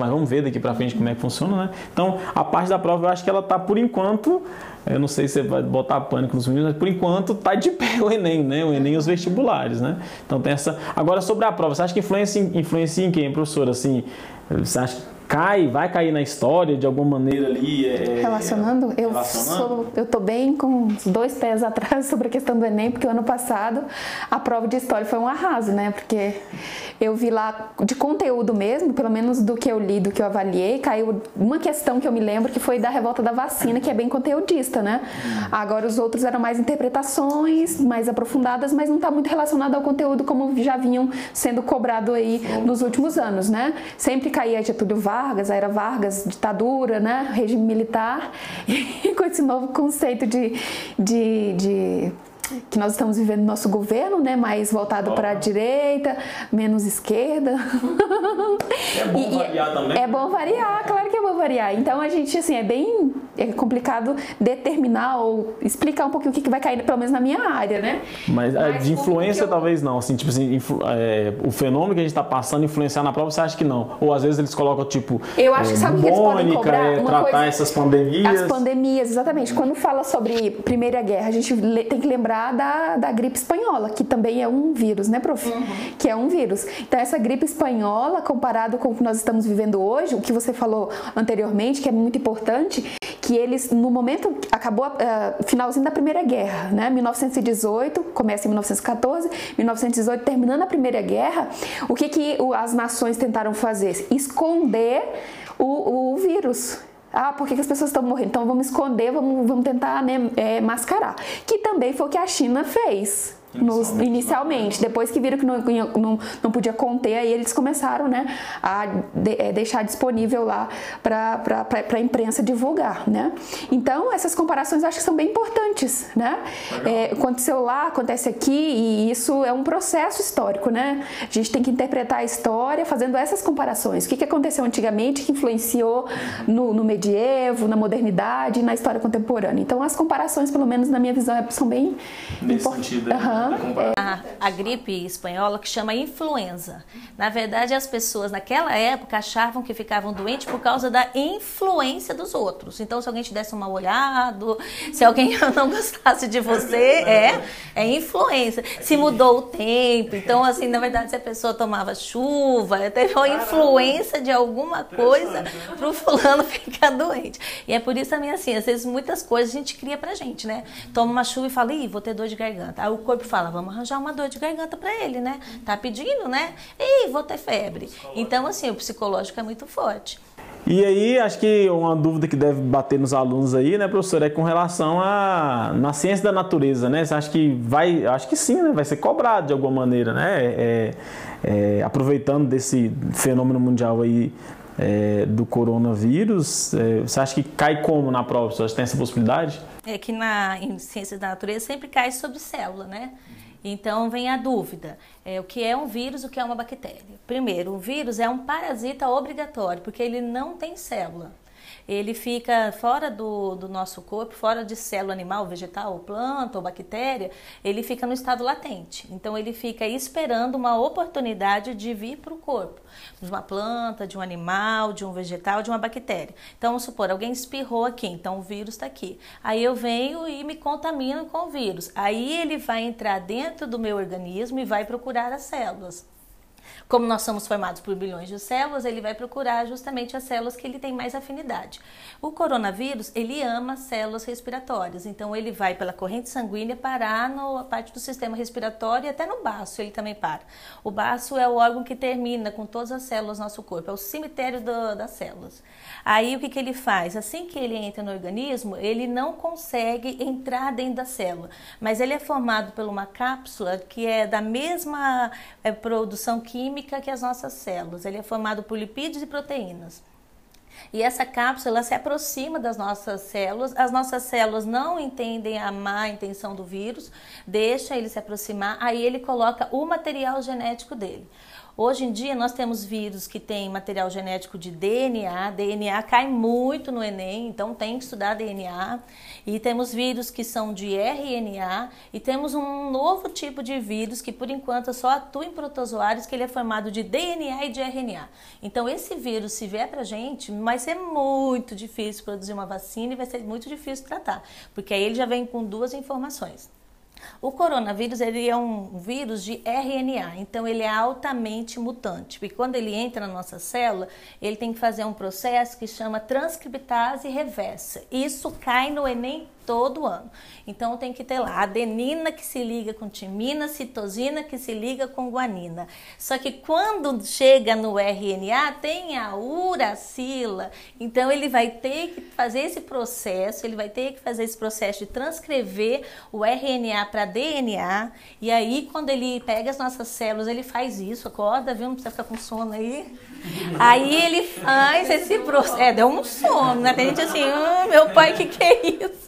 mas vamos ver daqui para frente como é que funciona, né? Então, a parte da prova, eu acho que ela tá, por enquanto, eu não sei se você vai botar pânico nos meninos, mas por enquanto tá de pé o Enem, né? O Enem e os vestibulares, né? Então tem essa... Agora, sobre a prova, você acha que influencia, influencia em quem, professor? Assim, você acha que cai, vai cair na história de alguma maneira ali? É, relacionando, eu relacionando? Sou, eu tô bem com os dois pés atrás sobre a questão do Enem, porque o ano passado a prova de história foi um arraso, né? Porque eu vi lá de conteúdo mesmo, pelo menos do que eu li, do que eu avaliei, caiu uma questão que eu me lembro que foi da revolta da vacina, que é bem conteudista, né? Agora os outros eram mais interpretações, mais aprofundadas, mas não tá muito relacionado ao conteúdo como já vinham sendo cobrado aí nos últimos anos, né? Sempre caía Getúlio Vargas, a era Vargas, ditadura, né? Regime militar, e com esse novo conceito de, de, de que nós estamos vivendo no nosso governo, né, mais voltado para a direita, menos esquerda. É bom e, variar também. É bom variar, claro que é bom variar. Então a gente, assim, é bem é complicado determinar ou explicar um pouquinho o que, que vai cair, pelo menos na minha área, né? Mas, Mas de influência eu... talvez não, assim, tipo assim, influ, é, o fenômeno que a gente está passando influenciar na prova, você acha que não? Ou às vezes eles colocam, tipo, eu acho que, é, sabe bubônica, que eles podem cobrar? É, uma tratar coisa, essas pandemias. As pandemias, exatamente. Quando fala sobre Primeira Guerra, a gente tem que lembrar Da, da gripe espanhola, que também é um vírus, né, prof? Uhum. Que é um vírus. Então, essa gripe espanhola, comparado com o que nós estamos vivendo hoje, o que você falou anteriormente, que é muito importante, que eles, no momento, acabou, uh, finalzinho da Primeira Guerra, né, mil novecentos e dezoito, começa em mil novecentos e quatorze, mil novecentos e dezoito, terminando a Primeira Guerra, o que, que as nações tentaram fazer? Esconder o, o vírus. Ah, por que, que as pessoas estão morrendo? Então vamos esconder, vamos, vamos tentar, né, é, mascarar. Que também foi o que a China fez. Nos, inicialmente, depois que viram que não, não, não podia conter, aí eles começaram, né, a de, é, deixar disponível lá para a imprensa divulgar, né? Então, essas comparações eu acho que são bem importantes, né? É, aconteceu lá, acontece aqui, e isso é um processo histórico, né? A gente tem que interpretar a história fazendo essas comparações. O que, que aconteceu antigamente que influenciou no, no medievo, na modernidade e na história contemporânea. Então, as comparações, pelo menos na minha visão, são bem importantes. Uhum. A, a gripe espanhola que chama influenza. Na verdade, as pessoas naquela época achavam que ficavam doentes por causa da influência dos outros. Então, se alguém te desse um mal olhado, se alguém não gostasse de você, é, é influenza. Se mudou o tempo, então, assim, na verdade, se a pessoa tomava chuva, teve uma influência de alguma coisa para o fulano ficar doente. E é por isso também, assim, às vezes muitas coisas a gente cria pra gente, né? Toma uma chuva e fala, ih, vou ter dor de garganta. Aí o corpo fala, vamos arranjar uma dor de garganta para ele, né? Tá pedindo, né? Ih, vou ter febre. Então, assim, o psicológico é muito forte. E aí, acho que uma dúvida que deve bater nos alunos aí, né, professor, é com relação a na ciência da natureza, né? Você acha que vai, acho que sim, né? Vai ser cobrado de alguma maneira, né? É, é, aproveitando desse fenômeno mundial aí é, do coronavírus, é, você acha que cai como na prova? Você acha que tem essa possibilidade? É que na, em ciências da natureza sempre cai sobre célula, né? Então vem a dúvida, é, o que é um vírus, o que é uma bactéria? Primeiro, o vírus é um parasita obrigatório, porque ele não tem célula. Ele fica fora do, do nosso corpo, fora de célula animal, vegetal, planta ou bactéria, ele fica no estado latente. Então ele fica esperando uma oportunidade de vir para o corpo, de uma planta, de um animal, de um vegetal, de uma bactéria. Então vamos supor, alguém espirrou aqui, então o vírus está aqui. Aí eu venho e me contamino com o vírus. Aí ele vai entrar dentro do meu organismo e vai procurar as células. Como nós somos formados por bilhões de células, ele vai procurar justamente as células que ele tem mais afinidade. O coronavírus, ele ama células respiratórias, então ele vai pela corrente sanguínea parar na parte do sistema respiratório e até no baço ele também para. O baço é o órgão que termina com todas as células do nosso corpo, é o cemitério do, das células. Aí o que, que ele faz? Assim que ele entra no organismo, ele não consegue entrar dentro da célula, mas ele é formado por uma cápsula que é da mesma é, produção química que as nossas células. Ele é formado por lipídios e proteínas. E essa cápsula ela se aproxima das nossas células. As nossas células não entendem a má intenção do vírus, deixa ele se aproximar, aí ele coloca o material genético dele. Hoje em dia nós temos vírus que têm material genético de D N A, D N A cai muito no Enem, então tem que estudar D N A, e temos vírus que são de R N A, e temos um novo tipo de vírus que por enquanto só atua em protozoários, que ele é formado de D N A e de R N A. Então esse vírus, se vier pra gente, vai ser muito difícil produzir uma vacina e vai ser muito difícil tratar, porque aí ele já vem com duas informações. O coronavírus, ele é um vírus de R N A, então ele é altamente mutante, porque quando ele entra na nossa célula, ele tem que fazer um processo que chama transcriptase reversa. Isso cai no Enem todo ano. Então tem que ter lá adenina que se liga com timina, citosina que se liga com guanina. Só que quando chega no R N A tem a uracila, então ele vai ter que fazer esse processo, ele vai ter que fazer esse processo de transcrever o R N A para D N A, e aí quando ele pega as nossas células, ele faz isso, acorda, viu? Não precisa ficar com sono aí. Aí ele faz esse processo, é, deu um sono, né? Tem gente assim, ah, meu pai, o que que é isso?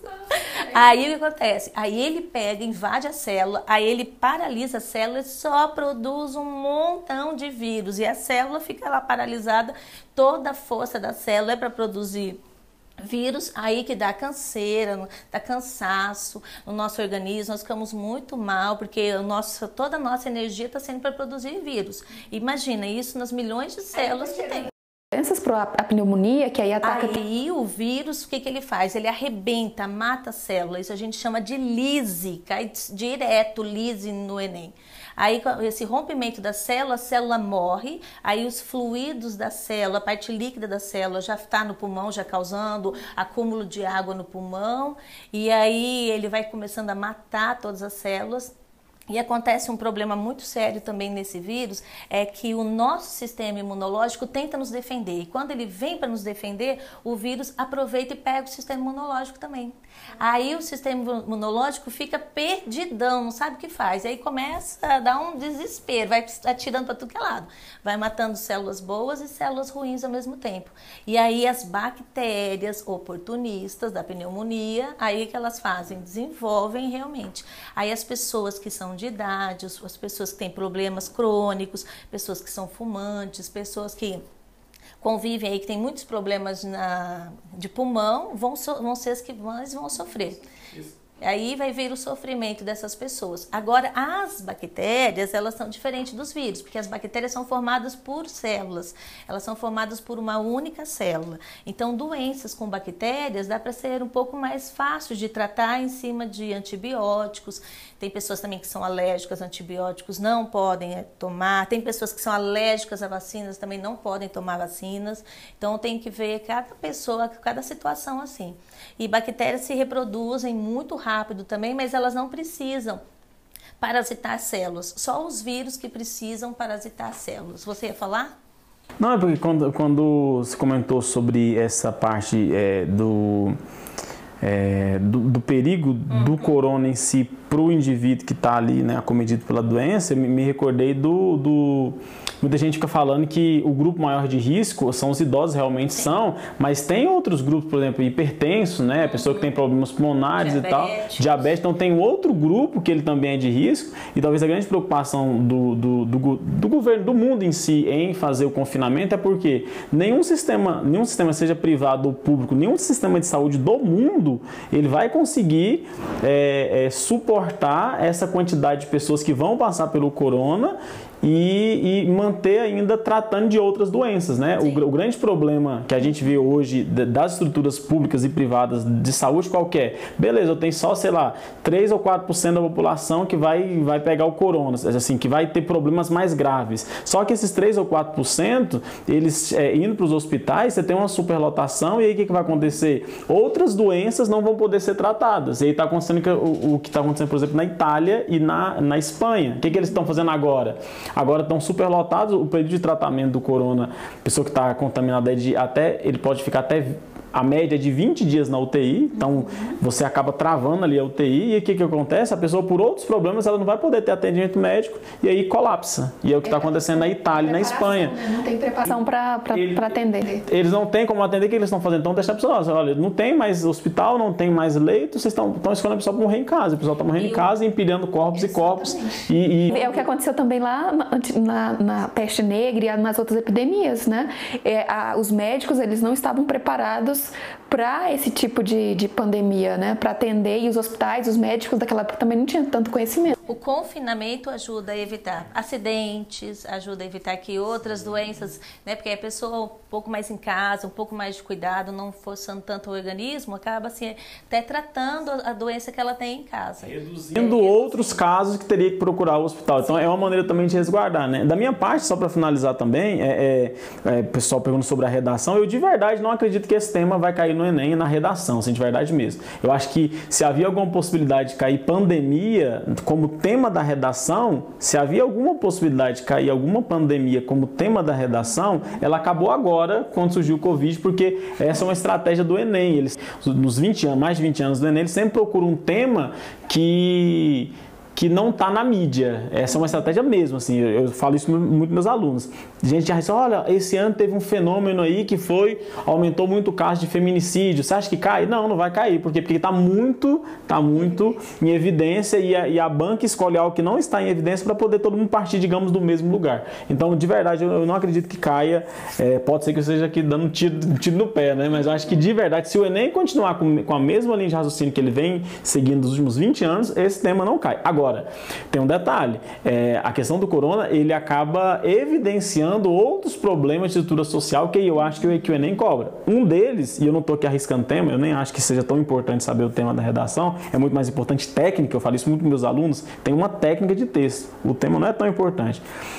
Aí o que acontece? Aí ele pega, invade a célula, aí ele paralisa a célula e só produz um montão de vírus. E a célula fica lá paralisada, toda a força da célula é para produzir vírus, aí que dá canseira, dá cansaço no nosso organismo, nós ficamos muito mal, porque o nosso, toda a nossa energia está sendo para produzir vírus. Imagina isso nas milhões de células que tem. Doenças para a pneumonia, que aí ataca... Aí o vírus, o que, que ele faz? Ele arrebenta, mata a célula, isso a gente chama de lise, cai direto lise no Enem. Aí esse rompimento da célula, a célula morre, aí os fluidos da célula, a parte líquida da célula já está no pulmão, já causando acúmulo de água no pulmão, e aí ele vai começando a matar todas as células. E acontece um problema muito sério também nesse vírus, é que o nosso sistema imunológico tenta nos defender. E quando ele vem para nos defender, o vírus aproveita e pega o sistema imunológico também. Aí o sistema imunológico fica perdidão, não sabe o que faz. Aí começa a dar um desespero, vai atirando para tudo que é lado. Vai matando células boas e células ruins ao mesmo tempo. E aí as bactérias oportunistas da pneumonia, aí que elas fazem? Desenvolvem realmente. Aí as pessoas que são de idade, as pessoas que têm problemas crônicos, pessoas que são fumantes, pessoas que convivem aí, que tem muitos problemas na, de pulmão, vão, so, vão ser as que mais vão sofrer. Isso. Aí vai vir o sofrimento dessas pessoas. Agora, as bactérias, elas são diferentes dos vírus, porque as bactérias são formadas por células, elas são formadas por uma única célula. Então, doenças com bactérias dá para ser um pouco mais fácil de tratar em cima de antibióticos. Tem pessoas também que são alérgicas a antibióticos, não podem tomar. Tem pessoas que são alérgicas a vacinas, também não podem tomar vacinas. Então, tem que ver cada pessoa, cada situação assim. E bactérias se reproduzem muito rápido também, mas elas não precisam parasitar células. Só os vírus que precisam parasitar células. Você ia falar? Não, é porque quando, quando você comentou sobre essa parte é, do... É, do, do perigo uhum. do corona em si para o indivíduo que está ali, né, acometido pela doença, me, me recordei do, do... Muita gente fica falando que o grupo maior de risco são os idosos, realmente Sim. são, mas tem outros grupos, por exemplo, hipertenso, né, uhum. pessoa que tem problemas pulmonares Diabéticos. e tal, diabetes, então tem outro grupo que ele também é de risco, e talvez a grande preocupação do, do, do, do governo, do mundo em si, em fazer o confinamento é porque nenhum sistema, nenhum sistema, seja privado ou público, nenhum sistema de saúde do mundo, ele vai conseguir é, é, suportar essa quantidade de pessoas que vão passar pelo corona e, e manter ainda tratando de outras doenças, né? O, o grande problema que a gente vê hoje das estruturas públicas e privadas de saúde qualquer, beleza, eu tenho só, sei lá, três ou quatro por cento da população que vai, vai pegar o corona, assim, que vai ter problemas mais graves. Só que esses três ou quatro por cento, eles é, indo para os hospitais, você tem uma superlotação e aí o que, que vai acontecer? Outras doenças não vão poder ser tratadas. E aí está acontecendo o, o que está acontecendo, por exemplo, na Itália e na, na Espanha. O que, que eles estão fazendo agora? Agora estão superlotados, o período de tratamento do corona, pessoa que está contaminada, é de até, ele pode ficar até a média é de vinte dias na U T I, então você acaba travando ali a U T I, e o que, que acontece? A pessoa, por outros problemas, ela não vai poder ter atendimento médico, e aí colapsa. E é o que está acontecendo na Itália e na Espanha. Né? Não tem preparação para atender. Eles não têm como atender, o que eles estão fazendo? Então, deixa a pessoa, olha, não tem mais hospital, não tem mais leito, vocês estão escolhendo a pessoa para morrer em casa. O pessoal está morrendo e em casa, empilhando corpos Exatamente. e corpos. E, e... É o que aconteceu também lá na, na, na peste negra e nas outras epidemias, né? É, a, os médicos, eles não estavam preparados para esse tipo de, de pandemia, né? Para atender, e os hospitais, os médicos daquela época também não tinham tanto conhecimento. O confinamento ajuda a evitar acidentes, ajuda a evitar que outras doenças, né? Porque a pessoa um pouco mais em casa, um pouco mais de cuidado, não forçando tanto o organismo, acaba assim, até tratando a doença que ela tem em casa. Reduzindo é, outros casos que teria que procurar o hospital. Então é uma maneira também de resguardar, né? Da minha parte, só para finalizar também, é, é, é, pessoal perguntando sobre a redação, eu de verdade não acredito que esse tema vai cair no Enem na redação, assim, de verdade mesmo. Eu acho que se havia alguma possibilidade de cair pandemia como tema da redação, se havia alguma possibilidade de cair alguma pandemia como tema da redação, ela acabou agora, quando surgiu o Covid, porque essa é uma estratégia do Enem. Eles, nos vinte anos, mais de vinte anos do Enem, eles sempre procuram um tema que... que não está na mídia. Essa é uma estratégia mesmo, assim, eu, eu falo isso muito com meus alunos. Gente já disse, olha, esse ano teve um fenômeno aí que foi, aumentou muito o caso de feminicídio, você acha que cai? Não, não vai cair, por quê? Porque está muito, tá muito em evidência, e a, e a banca escolhe algo que não está em evidência para poder todo mundo partir, digamos, do mesmo lugar. Então, de verdade, eu, eu não acredito que caia, é, pode ser que eu esteja aqui dando um tiro, um tiro no pé, né? Mas eu acho que, de verdade, se o Enem continuar com, com a mesma linha de raciocínio que ele vem seguindo nos últimos vinte anos, esse tema não cai. Agora, Agora, tem um detalhe, é, a questão do corona, ele acaba evidenciando outros problemas de estrutura social que eu acho que o, que o Enem cobra. Um deles, e eu não estou aqui arriscando tema, eu nem acho que seja tão importante saber o tema da redação, é muito mais importante técnica, eu falo isso muito com meus alunos, tem uma técnica de texto, o tema não é tão importante,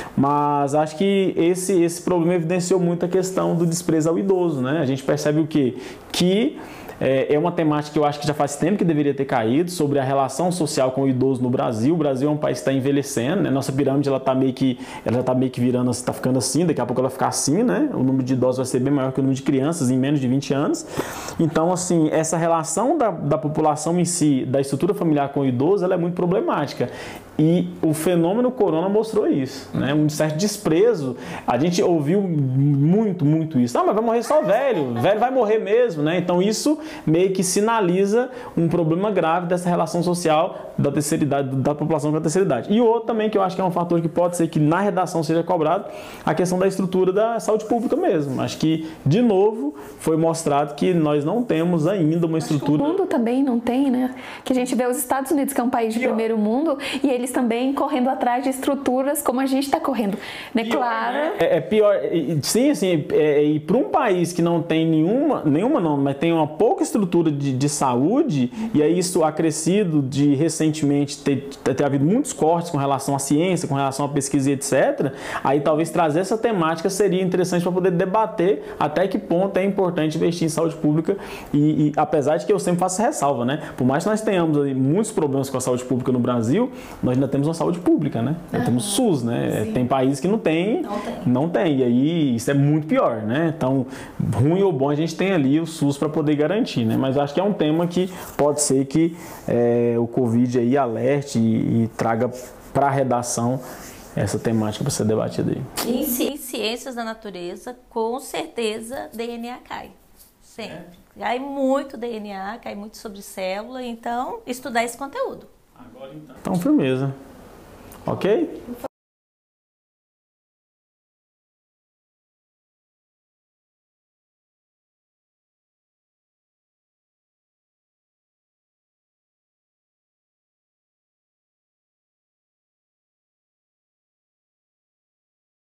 mas acho que esse, esse problema evidenciou muito a questão do desprezo ao idoso, né? A gente percebe o quê? Que é uma temática que eu acho que já faz tempo que deveria ter caído, sobre a relação social com o idoso no Brasil. O Brasil é um país que está envelhecendo, né? Nossa pirâmide ela tá meio que, ela já está meio que virando, está ficando assim, daqui a pouco ela vai ficar assim, né? O número de idosos vai ser bem maior que o número de crianças em menos de vinte anos. Então, assim, essa relação da, da população em si, da estrutura familiar com o idoso, ela é muito problemática. E o fenômeno corona mostrou isso, né? Um certo desprezo. A gente ouviu muito, muito isso. Ah, mas vai morrer só velho, velho vai morrer mesmo, né? Então isso meio que sinaliza um problema grave dessa relação social da terceira idade, da população com a terceira idade. E outro também que eu acho que é um fator que pode ser que na redação seja cobrado, a questão da estrutura da saúde pública mesmo. Acho que, de novo, foi mostrado que nós não temos ainda uma estrutura... O mundo também não tem, né? Que a gente vê os Estados Unidos, que é um país de Pior. primeiro mundo, e eles também correndo atrás de estruturas como a gente está correndo, né? Pior, claro. Né? É, é pior, sim, assim, é, e para um país que não tem nenhuma, nenhuma não, mas tem uma pouca estrutura de, de saúde, e aí isso acrescido de recentemente ter, ter havido muitos cortes com relação à ciência, com relação à pesquisa e etcétera, aí talvez trazer essa temática seria interessante para poder debater até que ponto é importante investir em saúde pública, e, e apesar de que eu sempre faço ressalva, né? Por mais que nós tenhamos aí muitos problemas com a saúde pública no Brasil, nós ainda temos uma saúde pública, né? Nós ah, temos SUS, né? Sim. Tem países que não tem, não tem, não tem, e aí isso é muito pior, né? Então, ruim ou bom, a gente tem ali o SUS para poder garantir, né? Mas acho que é um tema que pode ser que é, o Covid aí alerte e, e traga para a redação essa temática para ser debatida aí. Em ciências da natureza, com certeza D N A cai. Sempre. É. Cai muito D N A, cai muito sobre célula, então estudar esse conteúdo. Agora então. Então, firmeza. Ok?